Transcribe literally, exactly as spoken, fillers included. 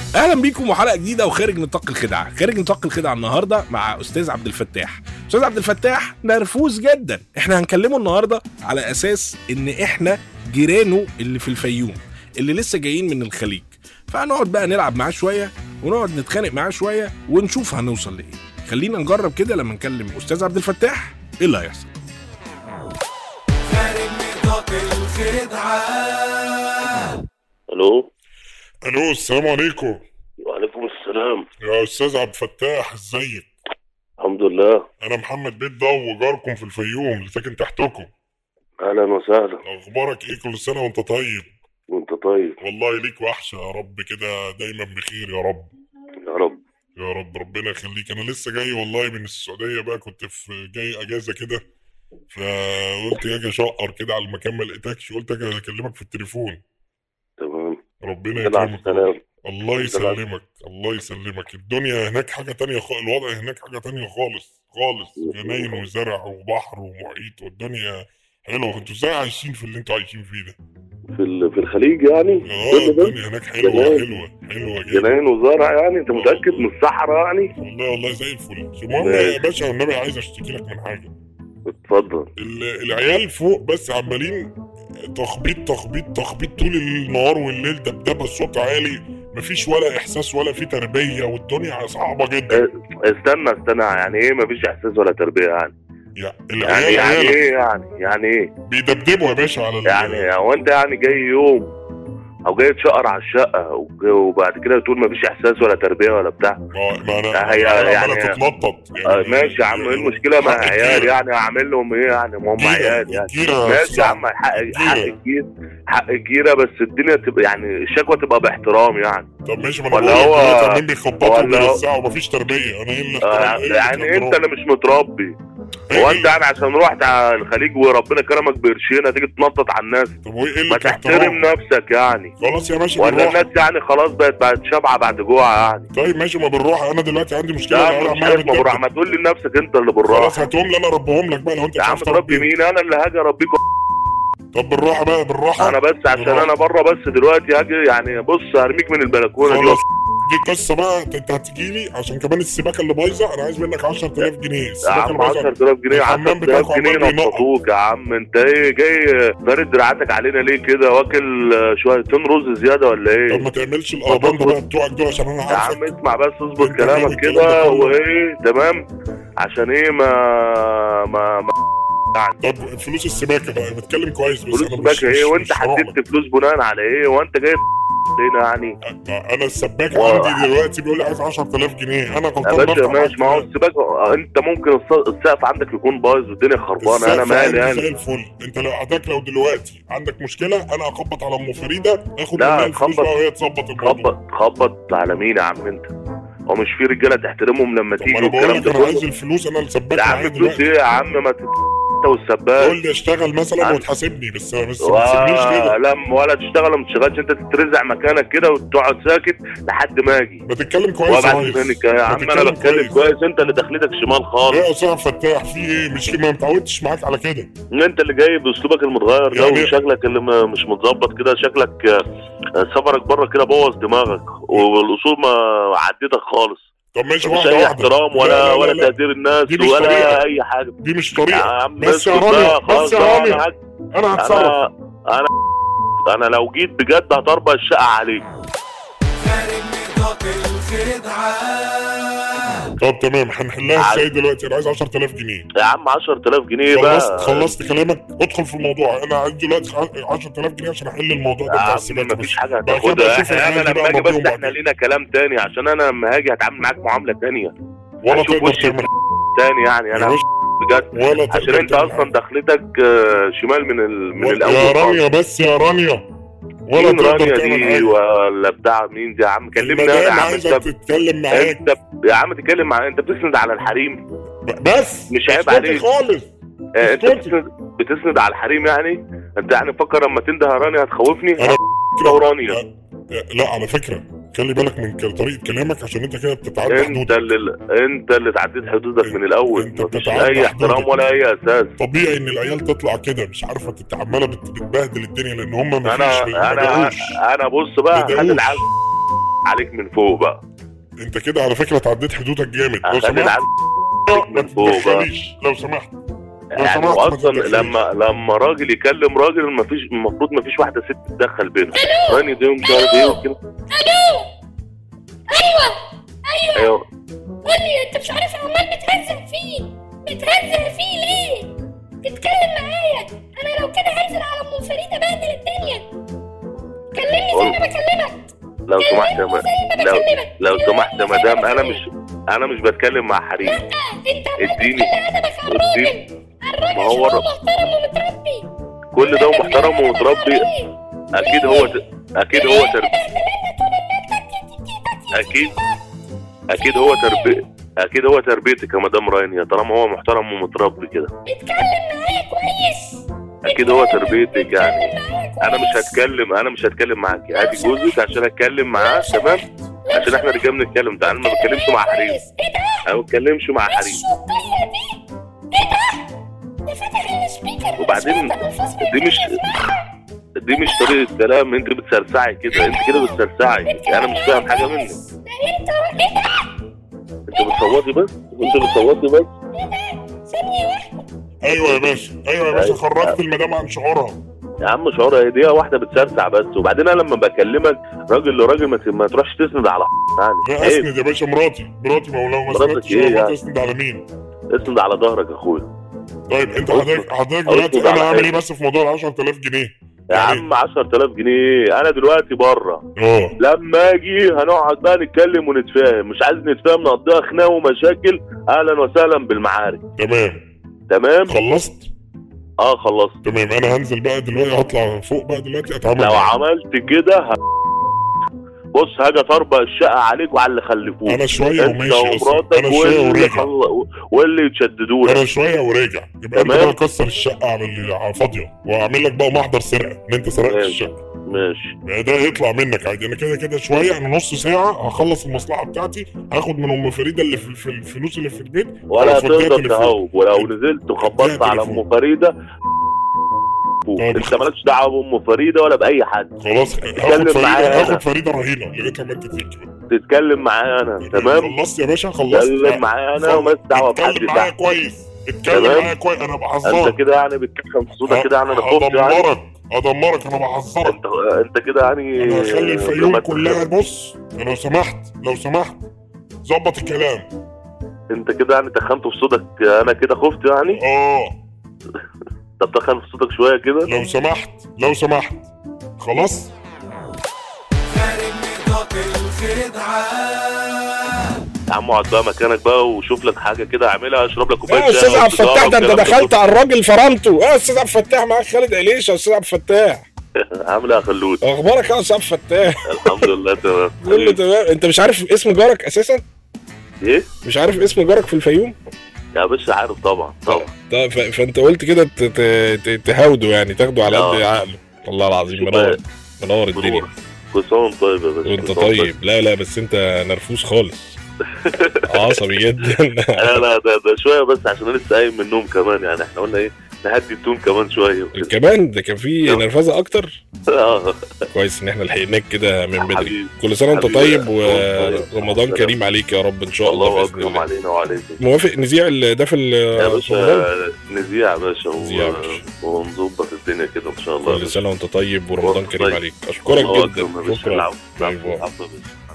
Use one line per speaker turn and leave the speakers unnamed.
اهلا بيكم وحلقه جديده وخارج نطاق الخدعه. خارج نطاق الخدعه النهارده مع استاذ عبد الفتاح. استاذ عبد الفتاح نرفوز جدا. احنا هنكلمه النهارده على اساس ان احنا جيرانه اللي في الفيوم اللي لسه جايين من الخليج، فهنقعد بقى نلعب معاه شويه ونقعد نتخانق معاه شويه ونشوف هنوصل لايه. خلينا نجرب كده لما نكلم استاذ عبد الفتاح ايه اللي هيحصل.
خارج نطاق الخدعه.
الو
الو السلام عليكم.
وعليكم السلام.
يا استاذ عبد الفتاح ازيك؟
الحمد لله.
انا محمد بيت ضو جاركم في الفيوم اللي ساكن تحتكم.
اهلا وسهلا.
اخبارك ايه؟ كل سنه وانت طيب.
وانت طيب.
والله ليك وحشه، يا رب كده دايما بخير يا رب.
يا رب
يا رب ربنا يخليك. انا لسه جاي والله من السعوديه بقى، كنت في جاي اجازه كده، فقلت اجي اشقر كده على المكان ما لقيتكش، قلت اجي اكلمك في التليفون.
تمام.
ربنا
يلا
يكرمك.
سلام.
الله يسلمك الله يسلمك. الدنيا هناك حاجة تانية خالص، الوضع هناك حاجة تانية خالص خالص، جناين وزرع وبحر ومحيط والدنيا حلوة. انتوا ازاي عايشين في اللي انتوا عايشين فيه ده؟
في ال- في الخليج يعني.
اه الدنيا هناك حلوة حلوة حلوة جدا.
جناين وزرع يعني. انت متأكد من الصحراء يعني؟
والله والله زي الفل. المهم يا باشا والنبي عايز اشتكي لك من حاجة.
اتفضل.
ال- العيال فوق بس عمالين تخبيط تخبيط تخبيط طول النهار والليل، دبدبه، الصوت عالي، مفيش ولا احساس ولا في تربيه، والدنيا صعبه جدا.
استنى استنى يعني ايه مفيش احساس ولا تربيه يعني؟
يعني
يعني
العيال
يعني
عيالك
ايه يعني يعني ايه
بيدبدبوا يا باشا على ال-
يعني؟ هو انت يعني جاي يوم او جاي تشقر على الشقه وج- وبعد كده تقول مفيش احساس ولا تربيه ولا بتاع؟
ما ما انا
هي
عماله
يعني
تتنطط
آه
يعني.
ماشي يا عم، ايه المشكله؟ ما
حق
عيال
الجيرة.
يعني هعمل لهم ايه يعني؟ ما هم عيال يعني.
الجيرة
ماشي يا عم، حق حق الجيرة حق الجيرة، بس الدنيا تبقى يعني الشكوى تبقى باحترام يعني.
طب ماشي، ما انا
ولا
بقول لك
هو-
دلوقتي عمالين بيخبطوا
ولا هو-
وبيوزعوا ومفيش تربيه. انا ايه اللي
آه
اخترع- إيه اللي
يعني
اخترع
انت اللي مش متربي. هو انت يعني عشان رحت على الخليج وربنا كرمك بقرشين هتيجي تنطط على الناس؟
طب وايه
ما
اللي
تحترم نفسك يعني.
خلاص يا باشا
ولا
بنروح.
الناس يعني خلاص بقت بقت شبعه بعد جوع يعني؟
طيب ماشي ما بنروح. انا دلوقتي عندي مشكله،
لا
العيال
مش
عمالة
عارف ما
بتدبدب.
بروح، ما تقول لي لنفسك انت اللي بالراحه.
خلاص هاتهم لي انا اربيهم لك بقى لو انت
يا
مش
عم
عارف
تربي
تربيهم.
مين؟ انا اللي هاجي اربيك.
طب بالراحه بقى بالراحه.
انا بس عشان
بالراحة.
انا بره بس دلوقتي هاجي يعني. بص هرميك من البلكونه
خلاص
دلوقتي.
دي قصه بقى. انت انت هتجي لي عشان كمان السباكه اللي بايظه، انا عايز منك عشرة آلاف جنيه.
يا
السباكه
عم
البايظه
عشرة آلاف جنيه
الحمام
عشرة آلاف
بتاعكم
جنيه
عمال بينقط.
نططوك يا عم. انت ايه جاي فارد دراعاتك علينا ليه كده؟ واكل آه، شويتين رز زياده ولا
طب
ايه؟
ما تعملش الاربان ده بقى بتوعك دول عشان انا
يا عم
عارفك.
اسمع بس، اظبط
انت غاوي
كلامك
الكلام ده
كده
كله.
وايه تمام. عشان ايه ما ما, ما يعني
طب فلوس السباكه بقى بتكلم كويس، بس
فلوس
انا مش
باك ايه؟
مش-
وانت
مش هروح لك.
حددت فلوس بناء على ايه؟ وانت جاي هنا يعني؟
انا السباك
و-
عندي دلوقتي بيقول لي عايز عشرة آلاف جنيه، انا
يا
غلطان
باشا
بدفع
ماشي، ما هو
معاك.
السباك انت ممكن الص- السقف عندك يكون بايظ والدنيا خربانه، انا
السقف
مالي
عندي
يعني.
زي الفل. انت لو حضرتك لو دلوقتي عندك مشكله انا اخبط على ام فريده اخد
لا،
منها الفلوس
خبط-
بقى وهي تظبط الموضوع.
خبط خبط على مين يا عم انت؟ هو مش في رجاله تحترمهم لما
طب
تيجي
ما انا بقول
والكلام
لك
ده
انا عايز
كله؟
الفلوس، انا السباك
يا
معايا
عم فلوس
دلوقتي.
ايه يا عم؟ ما ت- انت والسباك.
قول لي اشتغل مثلا
عن-
وتحاسبني، بس بس ما تسيبنيش
آه
كده.
لا ولا تشتغل ولا ما تشتغلش، انت تترزع مكانك كده وتقعد ساكت لحد ما اجي.
ما تتكلم كويس يا
وابعت
ريس.
منك يا
ما
عم.
تتكلم
انا بتكلم كويس، انت اللي دخلتك شمال
ايه
خالص.
يا استاذ فتاح في ايه؟ مش ما متعودتش معاك على كده.
انت اللي جاي باسلوبك المتغير ده
يعني-
وشكلك اللي م- مش متظبط كده. شكلك آه، سفرك بره كده بوظ دماغك والاصول ما عدتك خالص.
طب ماشي
مفيش
واحده
اي
واحده.
احترام ولا
لا لا
ولا
لا لا.
تقدير الناس
دي مش
ولا
طريقة.
اي حاجه.
دي مش
يا
طريقه.
عم
بس يا
اسكت
رانيا
بقى،
بس
خلاص
يا
بقى،
رانيا
انا
انا هتصرف.
انا انا انا لو جيت بجد هطربق الشقه عليك.
خارج نطاق الخدعه.
طب تمام هنحلها ازاي دلوقتي؟ انا عايز عشرة آلاف جنيه.
يا عم عشرة آلاف جنيه بقى.
خلصت خلصت كلامك، ادخل في الموضوع. انا عايز دلوقتي عشرة آلاف جنيه عشان احل الموضوع ده
يا
بتاع
عم
السباكه.
مفيش
بس
حاجه
بعد كده بقى
هتاخدها.
اشوف
احنا
العيال
انا
دي
لما
بقى
اجي بس
مربيهم
احنا
بعدين.
لينا كلام تاني، عشان انا لما هاجي هتعامل معاك معامله تانيه.
ولا
هشوف
تقدر
وشي
تعمل
تاني يعني.
يا
انا
باشا،
بجد
ولا
عشان
تقدر
انت
تعمل
اصلا
حاجة.
دخلتك آه، شمال من ال... من
يا
الاول
رانيا بس يا رانيا، ولا
مين
تقدر
رانيا
تعمل
دي
حاجه.
ولا بتاع مين دي يا عم؟ كلمني انا يا
المدام
عم.
عايزك
انت
تتكلم معاك.
انت يا عم تتكلم مع انت بتسند على الحريم.
ب- بس
مش عيب
اسكتي
عليك.
خالص.
آه، انت
اسكتي.
بتسند بتسند على الحريم يعني؟ انت يعني مفكر لما تنده يا رانيا هتخوفني؟
انا
كده ورانيا.
لا على فكره خلي بالك من ك- طريقه كلامك عشان انت كده بتتعدى
انت
حدودك.
اللي انت اللي تعديت حدودك من الاول.
انت
مفيش
بتتعدى
اي احترام
حدودك.
ولا اي اساس.
طبيعي ان العيال تطلع كده مش عارفه تتعملها بت- بتبهدل الدنيا لان هم ما
انا
فيش ما
انا
جاوش.
انا بص بقى
ما
خلي
جاوش.
العيال عليك من فوق بقى.
انت كده على فكره تعديت حدودك جامد. لو
أخلي
سمحت
العيال
ما
من فوق بقى.
تتدخليش لو سمحت. لو
يعني
سمحت ما
اصلا
تتدخليش.
لما لما راجل يكلم راجل مفيش المفروض مفيش واحده ست تتدخل بينهم. راني دي مش عارف ايه وكده.
الو ايوه ايوه
ايوه
قول لي انت مش عارف عمال بتهزم فيه بتهزم فيه ليه؟ تتكلم معايا انا لو كده هنزل على ام فريده بهدل الدنيا. كلمني زي ما بكلمك.
لو سمحت يا
كلمني
مدام
زي ما
لو
بكلمك.
لو سمحت يا
كلمني زي ما
مدام انا
بكلمك.
مش انا مش بتكلم مع حريم.
لا انت عمال
اديني
بتقل ادبك على الراجل.
اديني
الراجل
ما هو
شو
الر-
محترم ومتربي.
كل ده ومحترم ومتربي. اكيد هو ت... اكيد هو تربي اكيد اكيد هو تربي اكيد هو تربيتك يا مدام رانيا طالما هو محترم ومتربي كده.
اتكلم معايا كويس.
اكيد هو تربيتك يعني. انا مش هتكلم انا مش هتكلم معاكي. هاتي جوزك عشان اتكلم معاه تمام عشان احنا رجاله بنتكلم. تعالى ما بتكلمش مع حريم.
ايه ده؟
انا ما بتكلمش مع حريم.
الشطية دي ايه ده؟ ده فاتح السبيكر
وبعدين دي مش دي مش طريقه كلام. انت بتسرسعي كده انت كده بتسرسعي. انا مش فاهم حاجه منك.
ده انت ايه ده؟
انت بتصوتي بس انت بتصوتي بس.
ايه ده؟ ثانية واحدة.
ايوه يا باشا ايوه يا باشا خرجت المدام عن شعورها.
يا عم شعورها هي دقيقه واحده بتسرسع بس. وبعدين انا لما بكلمك راجل لراجل ما ت- ما تروحش تسند على يعني
لا
عيب.
اسند يا باشا مراتي مراتي ما هو لو ما
مراتك
سندتش
ايه
ما
يعني؟
تسند على مين؟
اسند على ظهرك يا اخويا.
طيب انت
أصبر.
حضرتك حضرتك
أصبر
دلوقتي
على
انا هعمل
حاجة.
ايه بس في موضوع ال عشرة آلاف جنيه؟
يا
يعني
عم عشرة آلاف جنيه انا دلوقتي بره.
اه
لما اجي هنقعد بقى نتكلم ونتفاهم. مش عايز نتفاهم نقضيها خناقه ومشاكل. اهلا وسهلا بالمعارك.
تمام
تمام
خلصت
اه خلصت.
تمام. انا هنزل بقى دلوقتي هطلع فوق بقى دلوقتي اتعامل
لو
معاك.
عملت كده ه... بص هاجي اطربق الشقه عليك وعلى اللي خلفوك.
انا شويه
انت
وماشي اصلا
ومراتك
انا شويه
واللي
وراجع
خل... واللي يتشددوا لك.
انا شويه وراجع يبقى انت
تمام.
بقى كسر الشقه على اللي على فاضيه واعمل لك بقى محضر سرقه ان انت سرقت
ماشي.
الشقه.
ماشي
ده يطلع منك عادي. انا كده كده شويه انا نص ساعه هخلص المصلحه بتاعتي هاخد من ام فريده اللي في, في الفلوس اللي في البيت
ولا
وأفضيها
تقدر
تليفون.
تهوب. ولو نزلت وخبطت
اديها
على
تليفون.
ام فريده
طب.
انت مالكش دعوه بام فريده ولا باي حد.
خلاص
اتكلم
هاخد فريده
معايا أنا.
هاخد فريده رهينه لغايه لما انت تيجي.
تتكلم معايا انا تمام.
خلصت يا باشا خلصت.
اتكلم معايا انا ومالكش دعوه بحد
اتكلم معايا
تحت.
كويس اتكلم
تمام.
معايا كويس انا
انت
بحذرك.
كده يعني بتكلم في صوتك كده يعني انا خفت يعني.
هدمرك هدمرك انا بحذرك.
انت انت كده يعني
انا هخلي الفيوم
لما
كلها. بص لو سمحت لو سمحت ظبط الكلام.
انت كده يعني تخنت في صوتك. انا كده خفت يعني.
اه
طب تخن في صوتك شويه كده.
لو سمحت لو سمحت خلاص.
خارج نطاق الخدعة.
يا عم اقعد بقى مكانك بقى وشوف لك حاجه كده اعملها. اشرب لك كوبايه
يا استاذ
شاي
عبد الفتاح ده انت
والكلام
دخلت
كله.
على الراجل فرمته. يا استاذ عبد الفتاح معاك خالد عليش. يا استاذ عبد الفتاح
عامل ايه يا خلود؟
اخبارك يا استاذ عبد الفتاح؟
الحمد لله تمام.
كله تمام. انت مش عارف اسم جارك اساسا؟
ايه
مش عارف اسم جارك في الفيوم؟
يا باشا عارف طبعا طبعا.
طيب ف- فانت قلت كده ت- ت- ت- تهاوده يعني تاخده على قد
آه.
عقله. والله العظيم
شوف
منور
بقى.
منور الدنيا.
منور. كل سنه وانت طيب يا باشا.
وانت
كل سنة وأنت
طيب. لا لا بس انت نرفوز خالص. عصبي جدا.
لا لا ده, ده شويه بس عشان انا لسه قايم من النوم كمان. يعني احنا قلنا ايه نهدي التون كمان شويه وكده.
كمان ده كان في نرفزه اكتر.
اه
كويس ان احنا لحقناك كده من بدري.
حبيبي.
كل سنه وانت
حبيبي.
طيب
طيب.
ورمضان
سلام.
كريم عليك يا رب ان شاء الله
الله
باذن
اكرم
الله.
علينا وعليكم.
موافق نذيع ال- ده في
يا
ال- في رمضان؟
باشا نذيع يا باشا و-
نذيع يا باشا.
ونظبط الدنيا كده ان شاء الله.
كل سنه وانت طيب ورمضان
وانت
كريم
طيب.
عليك. اشكرك
الله
جدا.
أكرم يا باشا.
شكرا.
العفو.
باي باي.
العفو يا باشا.